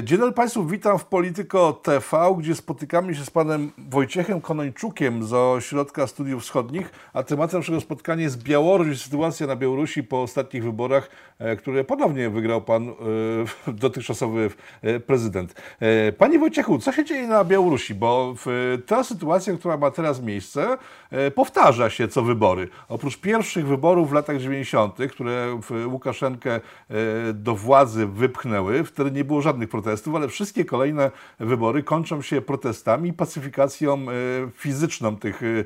Dzień dobry Państwu, witam w Polityko TV, gdzie spotykamy się z panem Wojciechem Konończukiem z Ośrodka Studiów Wschodnich, a tematem naszego spotkania jest Białoruś, sytuacja na Białorusi po ostatnich wyborach, które ponownie wygrał pan dotychczasowy prezydent. Panie Wojciechu, co się dzieje na Białorusi? Bo ta sytuacja, która ma teraz miejsce, powtarza się co wybory. Oprócz pierwszych wyborów w latach 90., które Łukaszenkę do władzy wypchnęły, wtedy nie było żadnych protestów, ale wszystkie kolejne wybory kończą się protestami i pacyfikacją fizyczną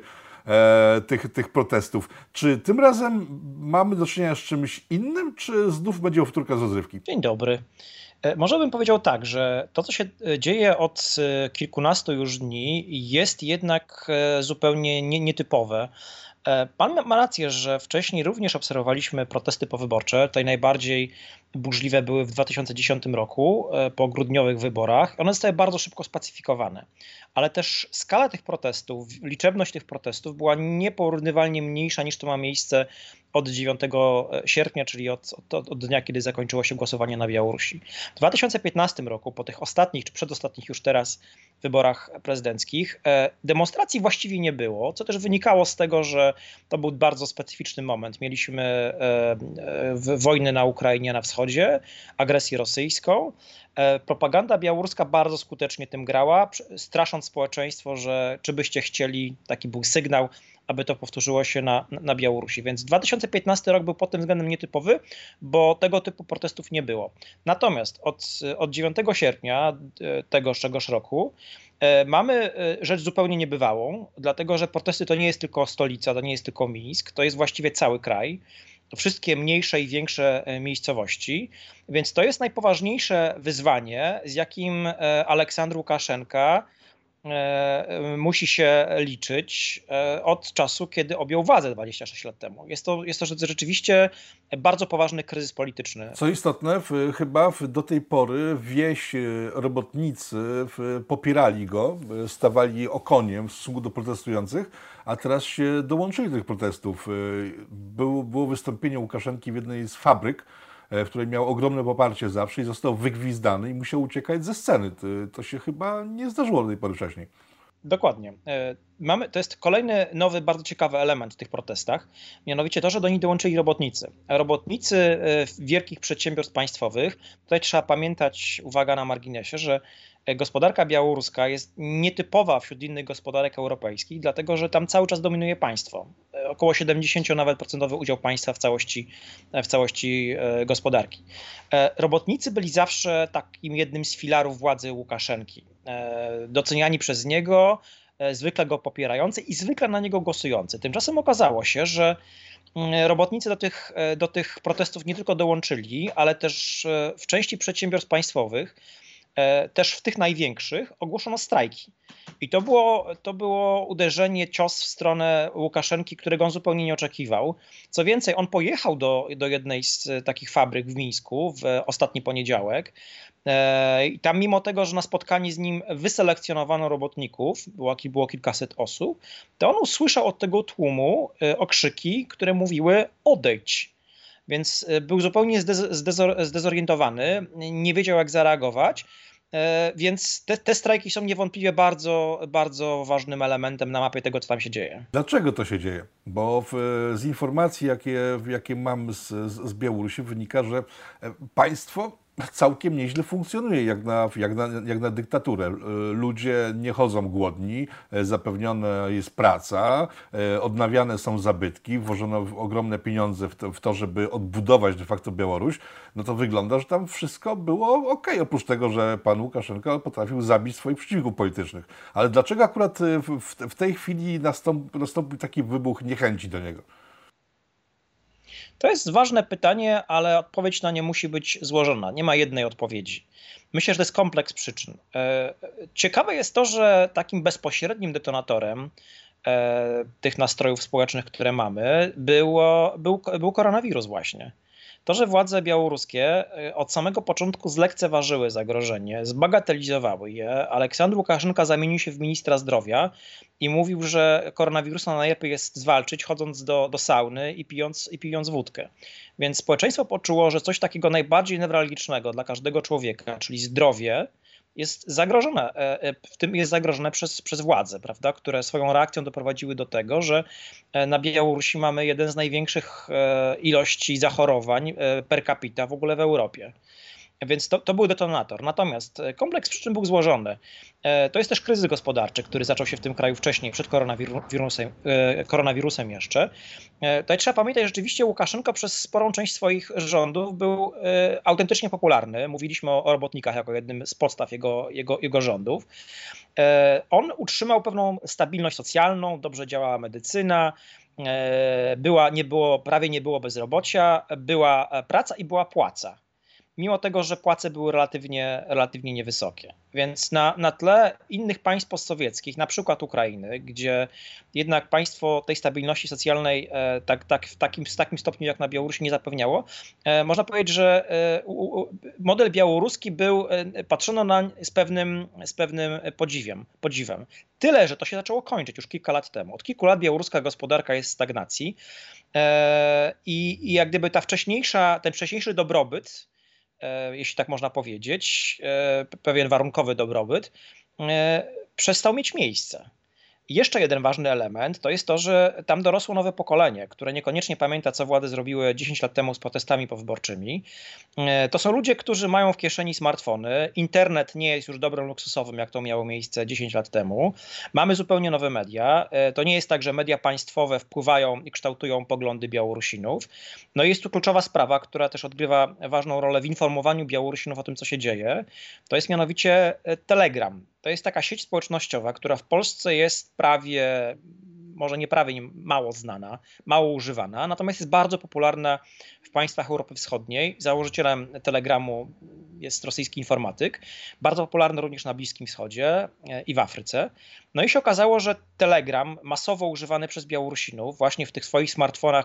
tych protestów. Czy tym razem mamy do czynienia z czymś innym, czy znów będzie powtórka z rozrywki? Dzień dobry. Może bym powiedział tak, że to, co się dzieje od kilkunastu już dni, jest jednak zupełnie nietypowe. Pan ma rację, że wcześniej również obserwowaliśmy protesty powyborcze. Tutaj najbardziej burzliwe były w 2010 roku, po grudniowych wyborach. One zostały bardzo szybko spacyfikowane, ale też skala tych protestów, liczebność tych protestów była nieporównywalnie mniejsza niż to ma miejsce od 9 sierpnia, czyli od dnia, kiedy zakończyło się głosowanie na Białorusi. W 2015 roku, po tych ostatnich czy przedostatnich już teraz wyborach prezydenckich, demonstracji właściwie nie było, co też wynikało z tego, że to był bardzo specyficzny moment. Mieliśmy wojnę na Ukrainie na wschodzie, agresję rosyjską. Propaganda białoruska bardzo skutecznie tym grała, strasząc społeczeństwo, że czy byście chcieli, taki był sygnał, aby to powtórzyło się na Białorusi. Więc 2015 rok był pod tym względem nietypowy, bo tego typu protestów nie było. Natomiast od 9 sierpnia tegoż roku mamy rzecz zupełnie niebywałą, dlatego że protesty to nie jest tylko stolica, to nie jest tylko Mińsk, to jest właściwie cały kraj. To wszystkie mniejsze i większe miejscowości, więc to jest najpoważniejsze wyzwanie, z jakim Aleksandr Łukaszenka musi się liczyć od czasu, kiedy objął władzę 26 lat temu. Jest to rzeczywiście bardzo poważny kryzys polityczny. Co istotne, chyba do tej pory wieś, robotnicy popierali go, stawali okoniem w stosunku do protestujących, a teraz się dołączyli do tych protestów. Było wystąpienie Łukaszenki w jednej z fabryk, w której miał ogromne poparcie zawsze i został wygwizdany i musiał uciekać ze sceny. To się chyba nie zdarzyło do tej pory wcześniej. Dokładnie. To jest kolejny nowy, bardzo ciekawy element w tych protestach, mianowicie to, że do nich dołączyli robotnicy. Robotnicy wielkich przedsiębiorstw państwowych. Tutaj trzeba pamiętać, uwaga na marginesie, że gospodarka białoruska jest nietypowa wśród innych gospodarek europejskich, dlatego że tam cały czas dominuje państwo. Około 70% nawet procentowy udział państwa w całości gospodarki. Robotnicy byli zawsze takim jednym z filarów władzy Łukaszenki. Doceniani przez niego, zwykle go popierający i zwykle na niego głosujący. Tymczasem okazało się, że robotnicy do tych protestów nie tylko dołączyli, ale też w części przedsiębiorstw państwowych, też w tych największych, ogłoszono strajki. I to było uderzenie, cios w stronę Łukaszenki, którego on zupełnie nie oczekiwał. Co więcej, on pojechał do jednej z takich fabryk w Mińsku w ostatni poniedziałek. I tam mimo tego, że na spotkanie z nim wyselekcjonowano robotników, było kilkaset osób, to on usłyszał od tego tłumu okrzyki, które mówiły odejdź. Więc był zupełnie zdezorientowany, nie wiedział jak zareagować. Więc te strajki są niewątpliwie bardzo, bardzo ważnym elementem na mapie tego, co tam się dzieje. Dlaczego to się dzieje? Bo z informacji, jakie mam z Białorusi, wynika, że państwo całkiem nieźle funkcjonuje, jak na dyktaturę. Ludzie nie chodzą głodni, zapewniona jest praca, odnawiane są zabytki, włożono ogromne pieniądze w to, żeby odbudować de facto Białoruś. No to wygląda, że tam wszystko było okej, oprócz tego, że pan Łukaszenka potrafił zabić swoich przeciwników politycznych. Ale dlaczego akurat w tej chwili nastąpił taki wybuch niechęci do niego? To jest ważne pytanie, ale odpowiedź na nie musi być złożona. Nie ma jednej odpowiedzi. Myślę, że to jest kompleks przyczyn. Ciekawe jest to, że takim bezpośrednim detonatorem tych nastrojów społecznych, które mamy, był koronawirus właśnie. to, że władze białoruskie od samego początku zlekceważyły zagrożenie, zbagatelizowały je. Aleksandr Łukaszenka zamienił się w ministra zdrowia i mówił, że koronawirusa najlepiej jest zwalczyć chodząc do sauny i pijąc wódkę. Więc społeczeństwo poczuło, że coś takiego najbardziej newralgicznego dla każdego człowieka, czyli zdrowie, jest zagrożone, w tym jest zagrożone przez władze, prawda, które swoją reakcją doprowadziły do tego, że na Białorusi mamy jeden z największych ilości zachorowań per capita w ogóle w Europie. Więc to był detonator. Natomiast kompleks przyczyn był złożony. To jest też kryzys gospodarczy, który zaczął się w tym kraju wcześniej, przed koronawirusem jeszcze. Tutaj trzeba pamiętać, że rzeczywiście Łukaszenko przez sporą część swoich rządów był autentycznie popularny. Mówiliśmy o robotnikach jako jednym z podstaw jego rządów. On utrzymał pewną stabilność socjalną, dobrze działała medycyna, prawie nie było bezrobocia, była praca i była płaca. Mimo tego, że płace były relatywnie niewysokie. Więc na tle innych państw postsowieckich, na przykład Ukrainy, gdzie jednak państwo tej stabilności socjalnej w takim stopniu jak na Białorusi nie zapewniało, można powiedzieć, że model białoruski patrzono nań z pewnym podziwem. Tyle, że to się zaczęło kończyć już kilka lat temu. Od kilku lat białoruska gospodarka jest w stagnacji i jak gdyby ten wcześniejszy dobrobyt, jeśli tak można powiedzieć, pewien warunkowy dobrobyt, przestał mieć miejsce. I jeszcze jeden ważny element to jest to, że tam dorosło nowe pokolenie, które niekoniecznie pamięta, co władze zrobiły 10 lat temu z protestami powyborczymi. To są ludzie, którzy mają w kieszeni smartfony. Internet nie jest już dobrem luksusowym, jak to miało miejsce 10 lat temu. Mamy zupełnie nowe media. To nie jest tak, że media państwowe wpływają i kształtują poglądy Białorusinów. No i jest tu kluczowa sprawa, która też odgrywa ważną rolę w informowaniu Białorusinów o tym, co się dzieje. To jest mianowicie Telegram. To jest taka sieć społecznościowa, która w Polsce jest może nie prawie, mało znana, mało używana, natomiast jest bardzo popularna w państwach Europy Wschodniej. Założycielem Telegramu jest rosyjski informatyk, bardzo popularny również na Bliskim Wschodzie i w Afryce. No i się okazało, że Telegram, masowo używany przez Białorusinów, właśnie w tych swoich smartfonach,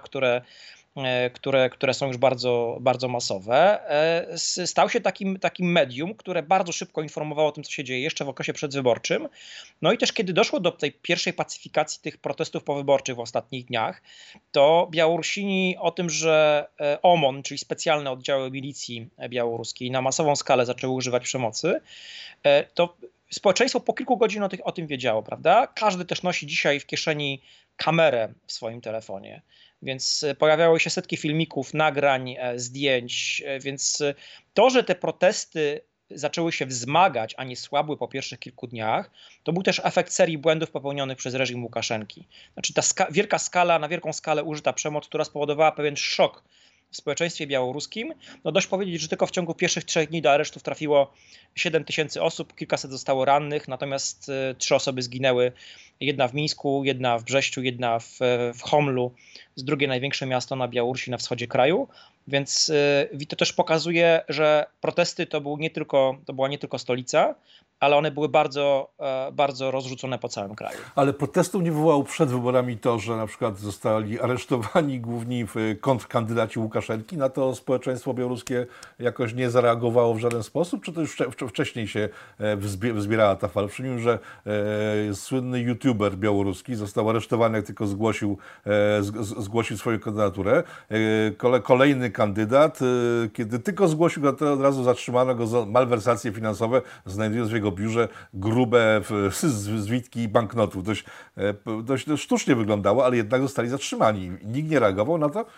które są już bardzo, bardzo masowe, stał się takim medium, które bardzo szybko informowało o tym, co się dzieje jeszcze w okresie przedwyborczym. No i też kiedy doszło do tej pierwszej pacyfikacji tych protestów powyborczych w ostatnich dniach, to Białorusini o tym, że OMON, czyli specjalne oddziały milicji białoruskiej, na masową skalę zaczęły używać przemocy, to społeczeństwo po kilku godzinach o tym wiedziało, prawda? Każdy też nosi dzisiaj w kieszeni kamerę w swoim telefonie. Więc pojawiały się setki filmików, nagrań, zdjęć, więc to, że te protesty zaczęły się wzmagać, a nie słabły po pierwszych kilku dniach, to był też efekt serii błędów popełnionych przez reżim Łukaszenki. Znaczy na wielką skalę użyta przemoc, która spowodowała pewien szok w społeczeństwie białoruskim. No dość powiedzieć, że tylko w ciągu pierwszych 3 dni do aresztów trafiło 7 000 osób, kilkaset zostało rannych, natomiast 3 osoby zginęły. Jedna w Mińsku, jedna w Brześciu, jedna w Homlu, drugie największe miasto na Białorusi na wschodzie kraju. Więc to też pokazuje, że protesty to była nie tylko stolica, ale one były bardzo, bardzo rozrzucone po całym kraju. Ale protestów nie wywołało przed wyborami to, że na przykład zostali aresztowani główni kontrkandydaci Łukaszenki. Na to społeczeństwo białoruskie jakoś nie zareagowało w żaden sposób? Czy to już wcześniej się wzbierała ta fala? Przypomnę, że słynny youtuber białoruski został aresztowany, jak tylko zgłosił swoją kandydaturę. Kolejny kandydat, kiedy tylko zgłosił go, to od razu zatrzymano go za malwersacje finansowe, znajdując w jego biurze grube zwitki banknotów. Dość sztucznie wyglądało, ale jednak zostali zatrzymani. Nikt nie reagował na to?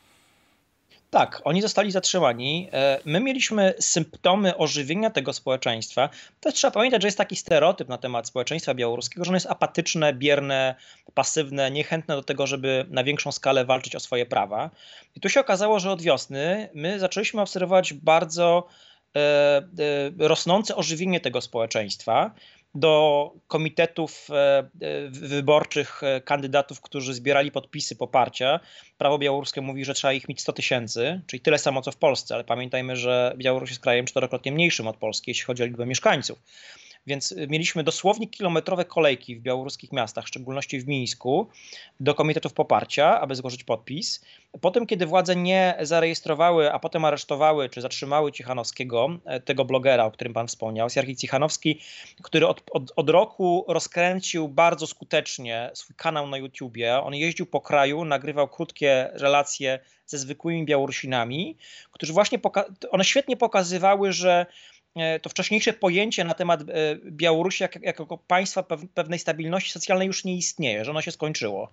Tak, oni zostali zatrzymani. My mieliśmy symptomy ożywienia tego społeczeństwa. Też trzeba pamiętać, że jest taki stereotyp na temat społeczeństwa białoruskiego, że ono jest apatyczne, bierne, pasywne, niechętne do tego, żeby na większą skalę walczyć o swoje prawa. I tu się okazało, że od wiosny my zaczęliśmy obserwować bardzo rosnące ożywienie tego społeczeństwa. Do komitetów wyborczych kandydatów, którzy zbierali podpisy poparcia. Prawo białoruskie mówi, że trzeba ich mieć 100 000, czyli tyle samo co w Polsce, ale pamiętajmy, że Białoruś jest krajem 4-krotnie mniejszym od Polski, jeśli chodzi o liczbę mieszkańców. Więc mieliśmy dosłownie kilometrowe kolejki w białoruskich miastach, w szczególności w Mińsku, do komitetów poparcia, aby złożyć podpis. Potem, kiedy władze nie zarejestrowały, a potem aresztowały czy zatrzymały Cichanowskiego, tego blogera, o którym pan wspomniał, Siergiej Cichanowski, który od roku rozkręcił bardzo skutecznie swój kanał na YouTubie. On jeździł po kraju, nagrywał krótkie relacje ze zwykłymi Białorusinami, którzy właśnie one świetnie pokazywały, że to wcześniejsze pojęcie na temat Białorusi jako państwa pewnej stabilności socjalnej już nie istnieje, że ono się skończyło.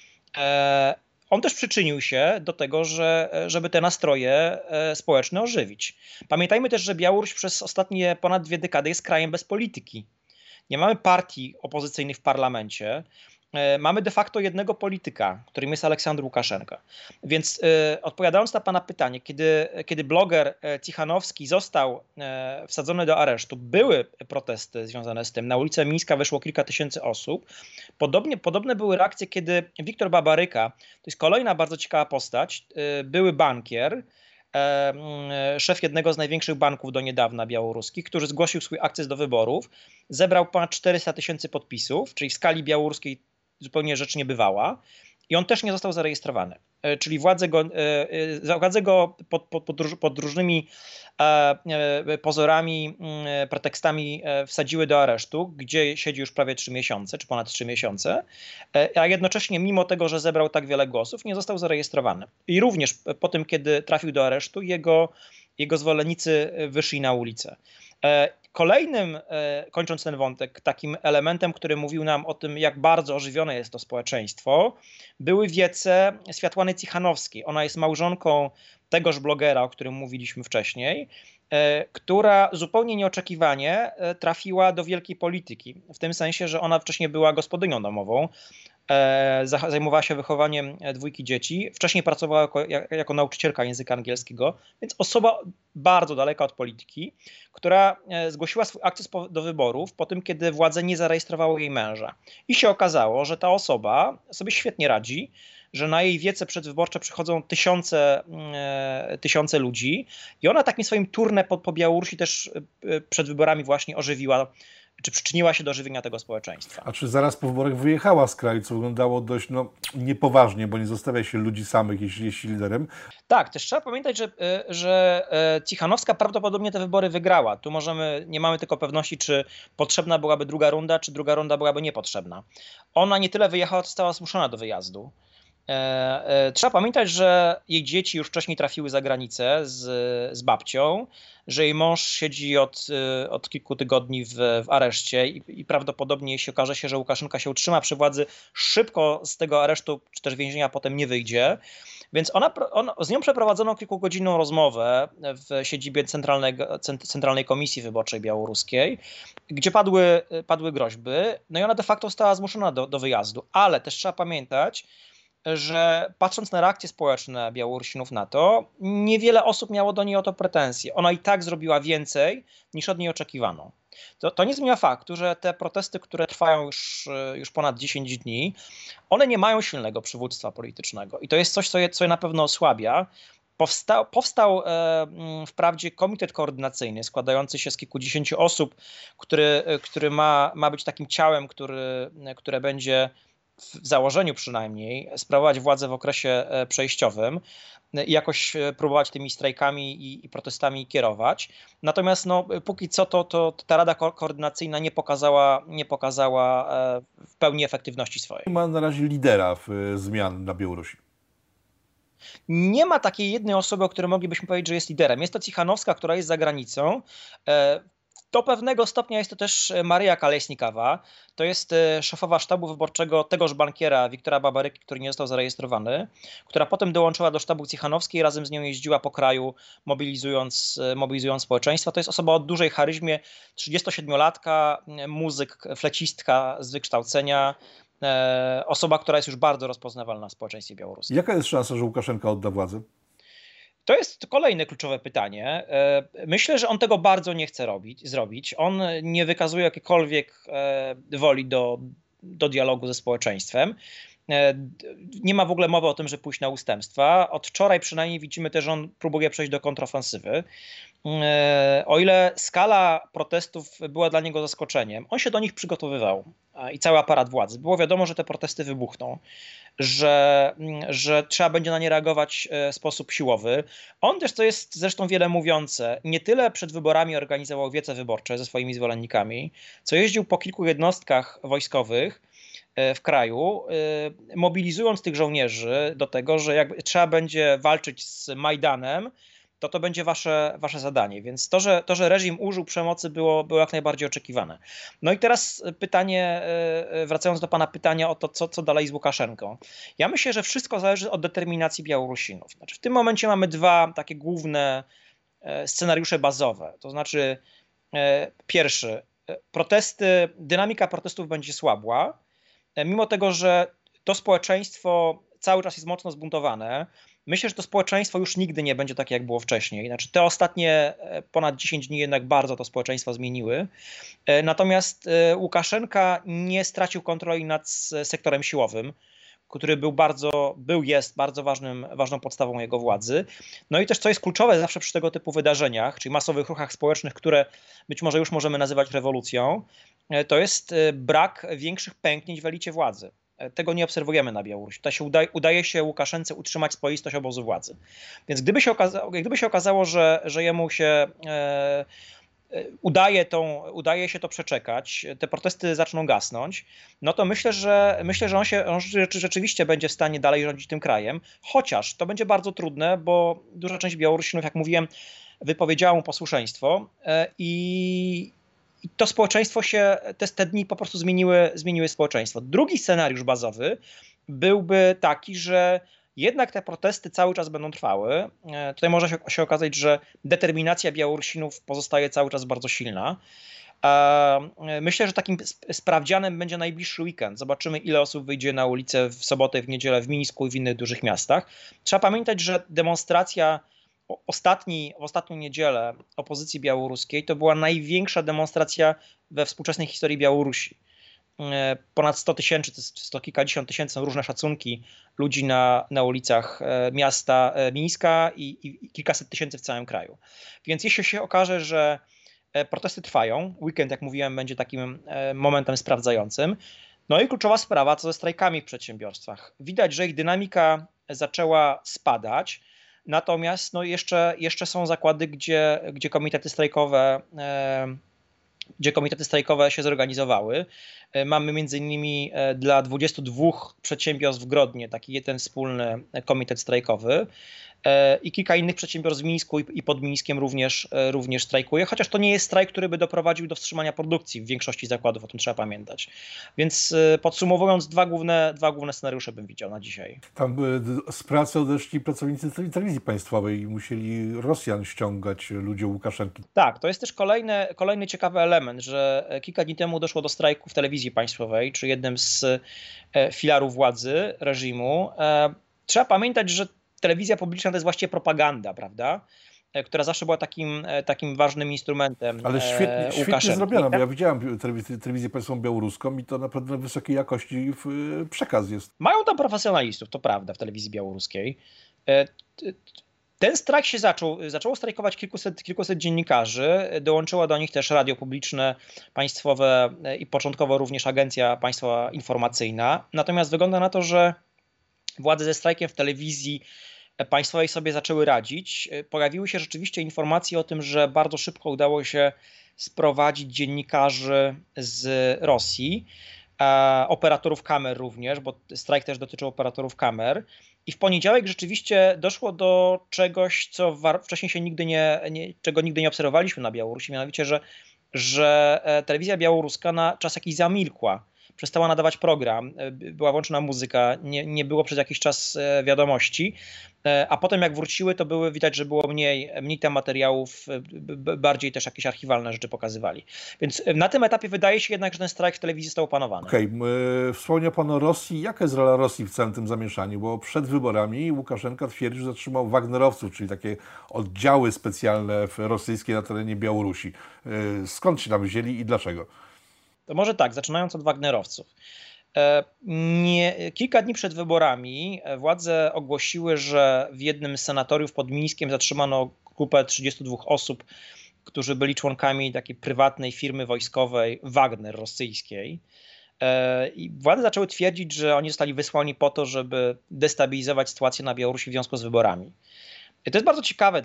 On też przyczynił się do tego, żeby te nastroje społeczne ożywić. Pamiętajmy też, że Białoruś przez ostatnie ponad 2 dekady jest krajem bez polityki. Nie mamy partii opozycyjnych w parlamencie. Mamy de facto jednego polityka, którym jest Aleksandr Łukaszenka. Więc odpowiadając na pana pytanie, kiedy bloger Cichanowski został wsadzony do aresztu, były protesty związane z tym. Na ulicę Mińska wyszło kilka tysięcy osób. Podobne były reakcje, kiedy Wiktor Babaryka, to jest kolejna bardzo ciekawa postać, były bankier, szef jednego z największych banków do niedawna białoruskich, który zgłosił swój akces do wyborów, zebrał ponad 400 000 podpisów, czyli w skali białoruskiej zupełnie rzecz niebywała, i on też nie został zarejestrowany. Czyli władze go pod różnymi pozorami, pretekstami wsadziły do aresztu, gdzie siedzi już prawie 3 miesiące, czy ponad 3 miesiące, a jednocześnie mimo tego, że zebrał tak wiele głosów, nie został zarejestrowany. I również po tym, kiedy trafił do aresztu, jego zwolennicy wyszli na ulicę. Kolejnym, kończąc ten wątek, takim elementem, który mówił nam o tym, jak bardzo ożywione jest to społeczeństwo, były wiece Światłany Cichanowskiej. Ona jest małżonką tegoż blogera, o którym mówiliśmy wcześniej, która zupełnie nieoczekiwanie trafiła do wielkiej polityki. W tym sensie, że ona wcześniej była gospodynią domową, zajmowała się wychowaniem 2 dzieci, wcześniej pracowała jako nauczycielka języka angielskiego, więc osoba bardzo daleka od polityki, która zgłosiła swój akces do wyborów po tym, kiedy władze nie zarejestrowały jej męża. I się okazało, że ta osoba sobie świetnie radzi, że na jej wiece przedwyborcze przychodzą tysiące ludzi i ona takim swoim tournée po Białorusi też przed wyborami właśnie ożywiła, czy przyczyniła się do ożywienia tego społeczeństwa. A czy zaraz po wyborach wyjechała z kraju, co wyglądało dość niepoważnie, bo nie zostawia się ludzi samych, jeśli jest liderem? Tak, też trzeba pamiętać, że Cichanowska prawdopodobnie te wybory wygrała. Tu nie mamy tylko pewności, czy potrzebna byłaby druga runda, czy druga runda byłaby niepotrzebna. Ona nie tyle wyjechała, co została zmuszona do wyjazdu. Trzeba pamiętać, że jej dzieci już wcześniej trafiły za granicę z babcią, że jej mąż siedzi od kilku tygodni w areszcie i prawdopodobnie, jeśli okaże się, że Łukaszenka się utrzyma przy władzy, szybko z tego aresztu czy też więzienia potem nie wyjdzie. Więc z nią przeprowadzono kilkugodzinną rozmowę w siedzibie Centralnej Komisji Wyborczej Białoruskiej, gdzie padły groźby, no i ona de facto została zmuszona do wyjazdu. Ale też trzeba pamiętać, że patrząc na reakcje społeczne Białorusinów na to, niewiele osób miało do niej o to pretensje. Ona i tak zrobiła więcej, niż od niej oczekiwano. To nie zmienia faktu, że te protesty, które trwają już ponad 10 dni, one nie mają silnego przywództwa politycznego. I to jest coś, co je na pewno osłabia. Powstał wprawdzie komitet koordynacyjny składający się z kilkudziesięciu osób, który ma być takim ciałem, które będzie w założeniu przynajmniej sprawować władzę w okresie przejściowym i jakoś próbować tymi strajkami i protestami kierować. Natomiast póki co to ta Rada Koordynacyjna nie pokazała w pełni efektywności swojej. Ma na razie lidera zmian na Białorusi. Nie ma takiej jednej osoby, o której moglibyśmy powiedzieć, że jest liderem. Jest to Cichanowska, która jest za granicą. Do pewnego stopnia jest to też Maryja Kalesnikowa, to jest szefowa sztabu wyborczego tegoż bankiera Wiktora Babaryki, który nie został zarejestrowany, która potem dołączyła do sztabu Cichanowskiej i razem z nią jeździła po kraju, mobilizując społeczeństwo. To jest osoba o dużej charyzmie, 37-latka, muzyk, flecistka z wykształcenia, osoba, która jest już bardzo rozpoznawalna w społeczeństwie białoruskim. Jaka jest szansa, że Łukaszenka odda władzę? To jest kolejne kluczowe pytanie. Myślę, że on tego bardzo nie chce zrobić. On nie wykazuje jakiejkolwiek woli do dialogu ze społeczeństwem. Nie ma w ogóle mowy o tym, że pójść na ustępstwa. Od wczoraj przynajmniej widzimy też, że on próbuje przejść do kontrofensywy. O ile skala protestów była dla niego zaskoczeniem, on się do nich przygotowywał i cały aparat władzy. Było wiadomo, że te protesty wybuchną, że trzeba będzie na nie reagować w sposób siłowy. On też, co jest zresztą wiele mówiące, nie tyle przed wyborami organizował wiece wyborcze ze swoimi zwolennikami, co jeździł po kilku jednostkach wojskowych w kraju, mobilizując tych żołnierzy do tego, że jak trzeba będzie walczyć z Majdanem, to będzie wasze zadanie. Więc to, że reżim użył przemocy było jak najbardziej oczekiwane. No i teraz pytanie, wracając do pana pytania o to, co dalej z Łukaszenką. Ja myślę, że wszystko zależy od determinacji Białorusinów. Znaczy, w tym momencie mamy dwa takie główne scenariusze bazowe. To znaczy pierwszy, dynamika protestów będzie słabła, mimo tego, że to społeczeństwo cały czas jest mocno zbuntowane. Myślę, że to społeczeństwo już nigdy nie będzie takie, jak było wcześniej. Znaczy, te ostatnie ponad 10 dni jednak bardzo to społeczeństwo zmieniły. Natomiast Łukaszenka nie stracił kontroli nad sektorem siłowym, który jest bardzo ważną podstawą jego władzy. No i też, co jest kluczowe zawsze przy tego typu wydarzeniach, czyli masowych ruchach społecznych, które być może już możemy nazywać rewolucją, to jest brak większych pęknięć w elicie władzy. Tego nie obserwujemy na Białorusi. Tutaj udaje się Łukaszence utrzymać spoistość obozu władzy. Więc gdyby się okazało, że jemu się udaje się to przeczekać, te protesty zaczną gasnąć, no to myślę, że on rzeczywiście będzie w stanie dalej rządzić tym krajem, chociaż to będzie bardzo trudne, bo duża część Białorusinów, jak mówiłem, wypowiedziała mu posłuszeństwo i to społeczeństwo te dni po prostu zmieniły społeczeństwo. Drugi scenariusz bazowy byłby taki, że jednak te protesty cały czas będą trwały. Tutaj może się okazać, że determinacja Białorusinów pozostaje cały czas bardzo silna. Myślę, że takim sprawdzianem będzie najbliższy weekend. Zobaczymy, ile osób wyjdzie na ulicę w sobotę, w niedzielę w Mińsku i w innych dużych miastach. Trzeba pamiętać, że demonstracja w ostatnią niedzielę opozycji białoruskiej to była największa demonstracja we współczesnej historii Białorusi. Ponad 100 000, 100 kilkadziesiąt tysięcy, są różne szacunki ludzi na ulicach miasta Mińska i kilkaset tysięcy w całym kraju. Więc jeśli się okaże, że protesty trwają, weekend, jak mówiłem, będzie takim momentem sprawdzającym. No i kluczowa sprawa, co ze strajkami w przedsiębiorstwach. Widać, że ich dynamika zaczęła spadać, natomiast no jeszcze są zakłady, gdzie komitety strajkowe się zorganizowały. Mamy między innymi dla 22 przedsiębiorstw w Grodnie taki jeden wspólny komitet strajkowy i kilka innych przedsiębiorstw w Mińsku i pod Mińskiem również strajkuje, chociaż to nie jest strajk, który by doprowadził do wstrzymania produkcji w większości zakładów, o tym trzeba pamiętać. Więc podsumowując, dwa główne scenariusze bym widział na dzisiaj. Tam z pracy odeszli pracownicy telewizji państwowej i musieli Rosjan ściągać ludzie Łukaszenki. Tak, to jest też kolejny ciekawy element, że kilka dni temu doszło do strajku w telewizji państwowej, czy jednym z filarów władzy reżimu. Trzeba pamiętać, że telewizja publiczna to jest właściwie propaganda, prawda? Która zawsze była takim ważnym instrumentem. Ale świetnie zrobiona, bo ja widziałem telewizję państwową białoruską i to naprawdę wysokiej jakości przekaz jest. Mają tam profesjonalistów, to prawda, w telewizji białoruskiej. Ten strajk się zaczęło strajkować kilkuset dziennikarzy, dołączyło do nich też radio publiczne, państwowe i początkowo również Agencja Państwa Informacyjna. Natomiast wygląda na to, że władze ze strajkiem w telewizji państwowej sobie zaczęły radzić. Pojawiły się rzeczywiście informacje o tym, że bardzo szybko udało się sprowadzić dziennikarzy z Rosji, operatorów kamer również, bo strajk też dotyczył operatorów kamer. I w poniedziałek rzeczywiście doszło do czegoś, co wcześniej się czego nigdy nie obserwowaliśmy na Białorusi, mianowicie, że telewizja białoruska na czas jakiś zamilkła. Przestała nadawać program, była włączona muzyka, nie było przez jakiś czas wiadomości, a potem jak wróciły, to widać, że było mniej tam materiałów, bardziej też jakieś archiwalne rzeczy pokazywali. Więc na tym etapie wydaje się jednak, że ten strajk w telewizji został opanowany. Okej, wspomniał pan o Rosji. Jaka jest rola Rosji w całym tym zamieszaniu? Bo przed wyborami Łukaszenka twierdził, że zatrzymał Wagnerowców, czyli takie oddziały specjalne rosyjskie na terenie Białorusi. Skąd się tam wzięli i dlaczego? To może tak, zaczynając od Wagnerowców. Kilka dni przed wyborami władze ogłosiły, że w jednym z sanatoriów pod Mińskiem zatrzymano grupę 32 osób, którzy byli członkami takiej prywatnej firmy wojskowej Wagner rosyjskiej. I władze zaczęły twierdzić, że oni zostali wysłani po to, żeby destabilizować sytuację na Białorusi w związku z wyborami. I to jest bardzo ciekawe,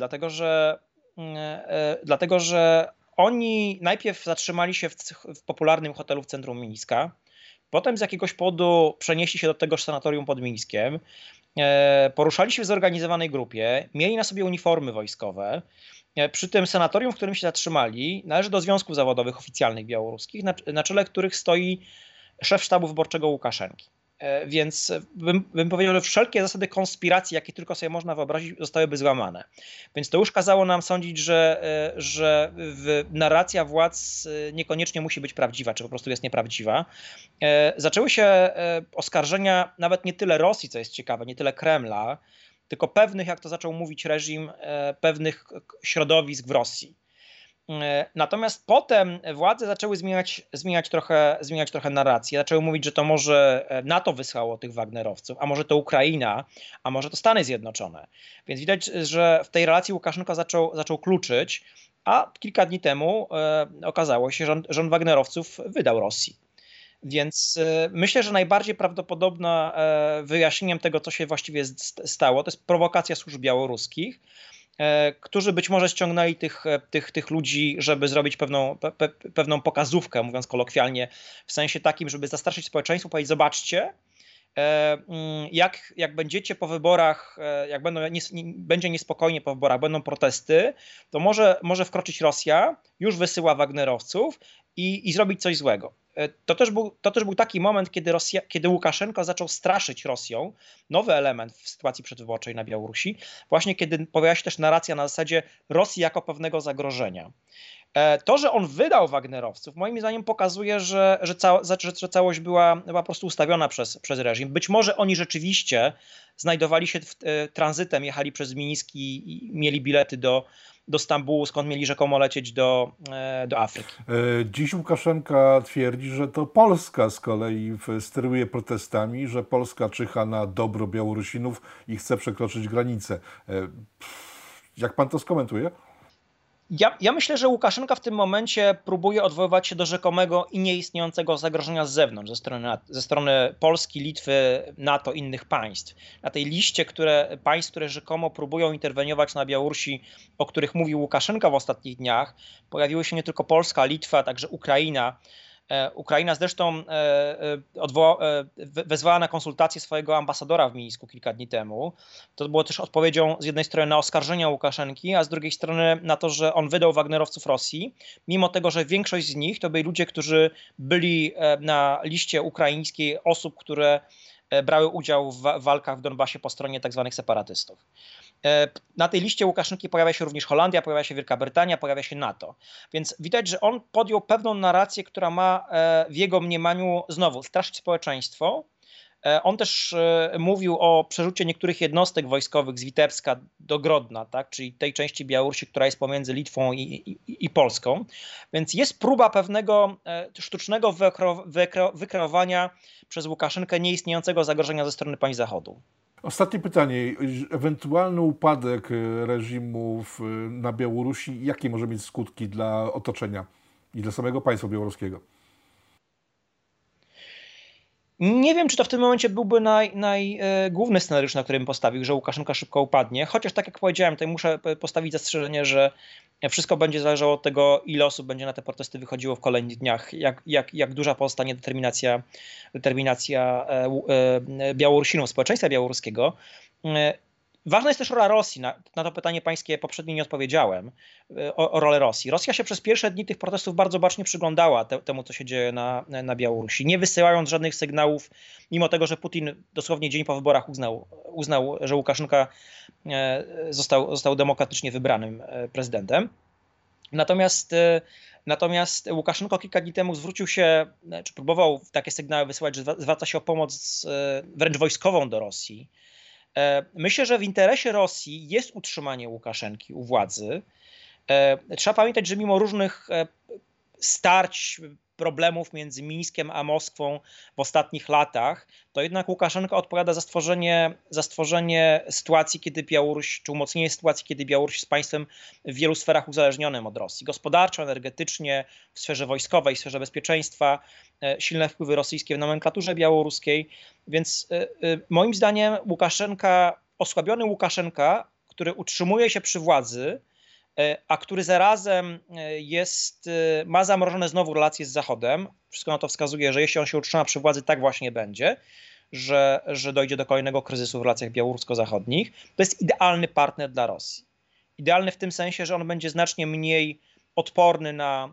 dlatego że oni najpierw zatrzymali się w popularnym hotelu w centrum Mińska, potem z jakiegoś powodu przenieśli się do tegoż sanatorium pod Mińskiem, poruszali się w zorganizowanej grupie, mieli na sobie uniformy wojskowe. Przy tym sanatorium, w którym się zatrzymali, należy do związków zawodowych oficjalnych białoruskich, na czele których stoi szef sztabu wyborczego Łukaszenki. Więc bym powiedział, że wszelkie zasady konspiracji, jakie tylko sobie można wyobrazić, zostałyby złamane. Więc to już kazało nam sądzić, że narracja władz niekoniecznie musi być prawdziwa, czy po prostu jest nieprawdziwa. Zaczęły się oskarżenia nawet nie tyle Rosji, co jest ciekawe, nie tyle Kremla, tylko pewnych, jak to zaczął mówić reżim, pewnych środowisk w Rosji. Natomiast potem władze zaczęły zmieniać trochę narrację. Zaczęły mówić, że to może NATO wysłało tych Wagnerowców, a może to Ukraina, a może to Stany Zjednoczone. Więc widać, że w tej relacji Łukaszenka zaczął kluczyć, a kilka dni temu okazało się, że on Wagnerowców wydał Rosji. Więc myślę, że najbardziej prawdopodobne wyjaśnieniem tego, co się właściwie stało, to jest prowokacja służb białoruskich, którzy być może ściągnęli tych ludzi, żeby zrobić pewną pokazówkę, mówiąc kolokwialnie, w sensie takim, żeby zastraszyć społeczeństwo, powiedzieć: zobaczcie, jak będziecie po wyborach, jak będzie niespokojnie po wyborach, będą protesty, to może wkroczyć Rosja, już wysyła Wagnerowców i zrobić coś złego. To też był taki moment, kiedy Łukaszenko zaczął straszyć Rosją, nowy element w sytuacji przedwyborczej na Białorusi, właśnie kiedy pojawiła się też narracja na zasadzie Rosji jako pewnego zagrożenia. To, że on wydał Wagnerowców, moim zdaniem pokazuje, że całość była po prostu ustawiona przez reżim. Być może oni rzeczywiście znajdowali się tranzytem, jechali przez Miński i mieli bilety do Stambułu, skąd mieli rzekomo lecieć do Afryki. Dziś Łukaszenka twierdzi, że to Polska z kolei steruje protestami, że Polska czyha na dobro Białorusinów i chce przekroczyć granicę. Jak pan to skomentuje? Ja myślę, że Łukaszenka w tym momencie próbuje odwoływać się do rzekomego i nieistniejącego zagrożenia z zewnątrz, ze strony Polski, Litwy, NATO, innych państw. Na tej liście państw, które rzekomo próbują interweniować na Białorusi, o których mówił Łukaszenka w ostatnich dniach, pojawiły się nie tylko Polska, Litwa, także Ukraina. Ukraina zresztą wezwała na konsultację swojego ambasadora w Mińsku kilka dni temu. To było też odpowiedzią z jednej strony na oskarżenia Łukaszenki, a z drugiej strony na to, że on wydał Wagnerowców Rosji, mimo tego, że większość z nich to byli ludzie, którzy byli na liście ukraińskiej osób, które brały udział w walkach w Donbasie po stronie tzw. separatystów. Na tej liście Łukaszenki pojawia się również Holandia, pojawia się Wielka Brytania, pojawia się NATO. Więc widać, że on podjął pewną narrację, która ma w jego mniemaniu znowu straszyć społeczeństwo. On też mówił o przerzucie niektórych jednostek wojskowych z Witebska do Grodna, tak? Czyli tej części Białorusi, która jest pomiędzy Litwą i Polską. Więc jest próba pewnego sztucznego wykreowania przez Łukaszenkę nieistniejącego zagrożenia ze strony państw Zachodu. Ostatnie pytanie. Ewentualny upadek reżimu na Białorusi, jakie może mieć skutki dla otoczenia i dla samego państwa białoruskiego? Nie wiem, czy to w tym momencie byłby główny scenariusz, na którym postawił, że Łukaszenka szybko upadnie. Chociaż tak jak powiedziałem, tutaj muszę postawić zastrzeżenie, że wszystko będzie zależało od tego, ile osób będzie na te protesty wychodziło w kolejnych dniach, jak duża pozostanie determinacja Białorusinów, społeczeństwa białoruskiego. Ważna jest też rola Rosji. Na to pytanie pańskie poprzednio nie odpowiedziałem, o rolę Rosji. Rosja się przez pierwsze dni tych protestów bardzo bacznie przyglądała temu, co się dzieje na Białorusi, nie wysyłając żadnych sygnałów, mimo tego, że Putin dosłownie dzień po wyborach uznał, że Łukaszenka został demokratycznie wybranym prezydentem. Natomiast Łukaszenko kilka dni temu zwrócił się, czy próbował takie sygnały wysyłać, że zwraca się o pomoc wręcz wojskową do Rosji. Myślę, że w interesie Rosji jest utrzymanie Łukaszenki u władzy. Trzeba pamiętać, że mimo różnych starć problemów między Mińskiem a Moskwą w ostatnich latach, to jednak Łukaszenka odpowiada za stworzenie sytuacji, kiedy Białoruś, czy umocnienie sytuacji, kiedy Białoruś jest państwem w wielu sferach uzależnionym od Rosji. Gospodarczo, energetycznie, w sferze wojskowej, w sferze bezpieczeństwa, silne wpływy rosyjskie w nomenklaturze białoruskiej. Więc moim zdaniem osłabiony Łukaszenka, który utrzymuje się przy władzy, a który zarazem ma zamrożone znowu relacje z Zachodem. Wszystko na to wskazuje, że jeśli on się utrzyma przy władzy, tak właśnie będzie, że dojdzie do kolejnego kryzysu w relacjach białorusko-zachodnich. To jest idealny partner dla Rosji. Idealny w tym sensie, że on będzie znacznie mniej odporny na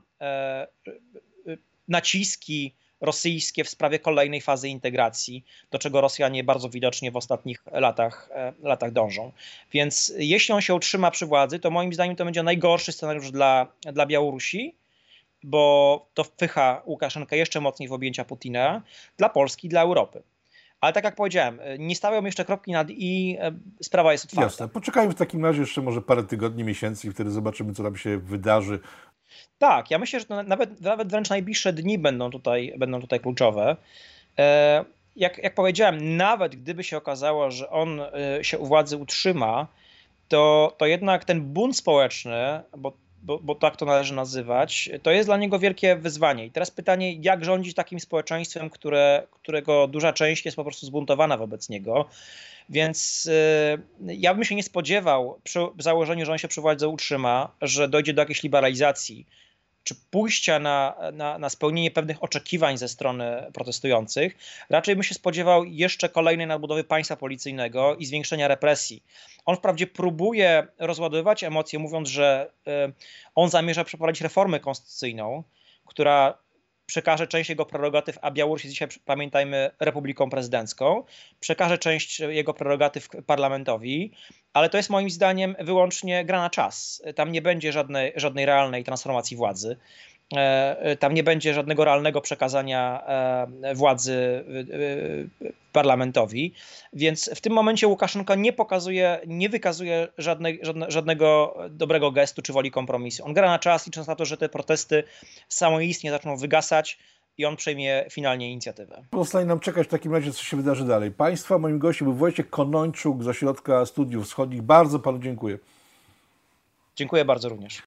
naciski rosyjskie w sprawie kolejnej fazy integracji, do czego Rosjanie bardzo widocznie w ostatnich latach dążą. Więc jeśli on się utrzyma przy władzy, to moim zdaniem to będzie najgorszy scenariusz dla Białorusi, bo to wpycha Łukaszenkę jeszcze mocniej w objęcia Putina, dla Polski i dla Europy. Ale tak jak powiedziałem, nie stawiam jeszcze kropki nad i, sprawa jest otwarta. Jasne. Poczekajmy w takim razie jeszcze może parę tygodni, miesięcy i wtedy zobaczymy, co tam się wydarzy. Tak, ja myślę, że to nawet wręcz najbliższe dni będą tutaj kluczowe. Jak powiedziałem, nawet gdyby się okazało, że on się u władzy utrzyma, to jednak ten bunt społeczny, bo tak to należy nazywać, to jest dla niego wielkie wyzwanie. I teraz pytanie, jak rządzić takim społeczeństwem, którego duża część jest po prostu zbuntowana wobec niego. Więc ja bym się nie spodziewał przy założeniu, że on się przy władzy utrzyma, że dojdzie do jakiejś liberalizacji, czy pójścia na spełnienie pewnych oczekiwań ze strony protestujących. Raczej bym się spodziewał jeszcze kolejnej nadbudowy państwa policyjnego i zwiększenia represji. On wprawdzie próbuje rozładowywać emocje, mówiąc, że on zamierza przeprowadzić reformę konstytucyjną, która przekaże część jego prerogatyw, a Białoruś jest dzisiaj, pamiętajmy, republiką prezydencką, przekaże część jego prerogatyw parlamentowi, ale to jest moim zdaniem wyłącznie gra na czas. Tam nie będzie żadnej realnej transformacji władzy. Tam nie będzie żadnego realnego przekazania władzy parlamentowi, więc w tym momencie Łukaszenka nie wykazuje żadnego dobrego gestu czy woli kompromisu. On gra na czas, licząc na to, że te protesty samoistnie zaczną wygasać i on przejmie finalnie inicjatywę. Pozostaje nam czekać w takim razie, co się wydarzy dalej. Państwa, moim gościem był Wojciech Konończuk z Ośrodka Studiów Wschodnich. Bardzo panu dziękuję. Dziękuję bardzo również.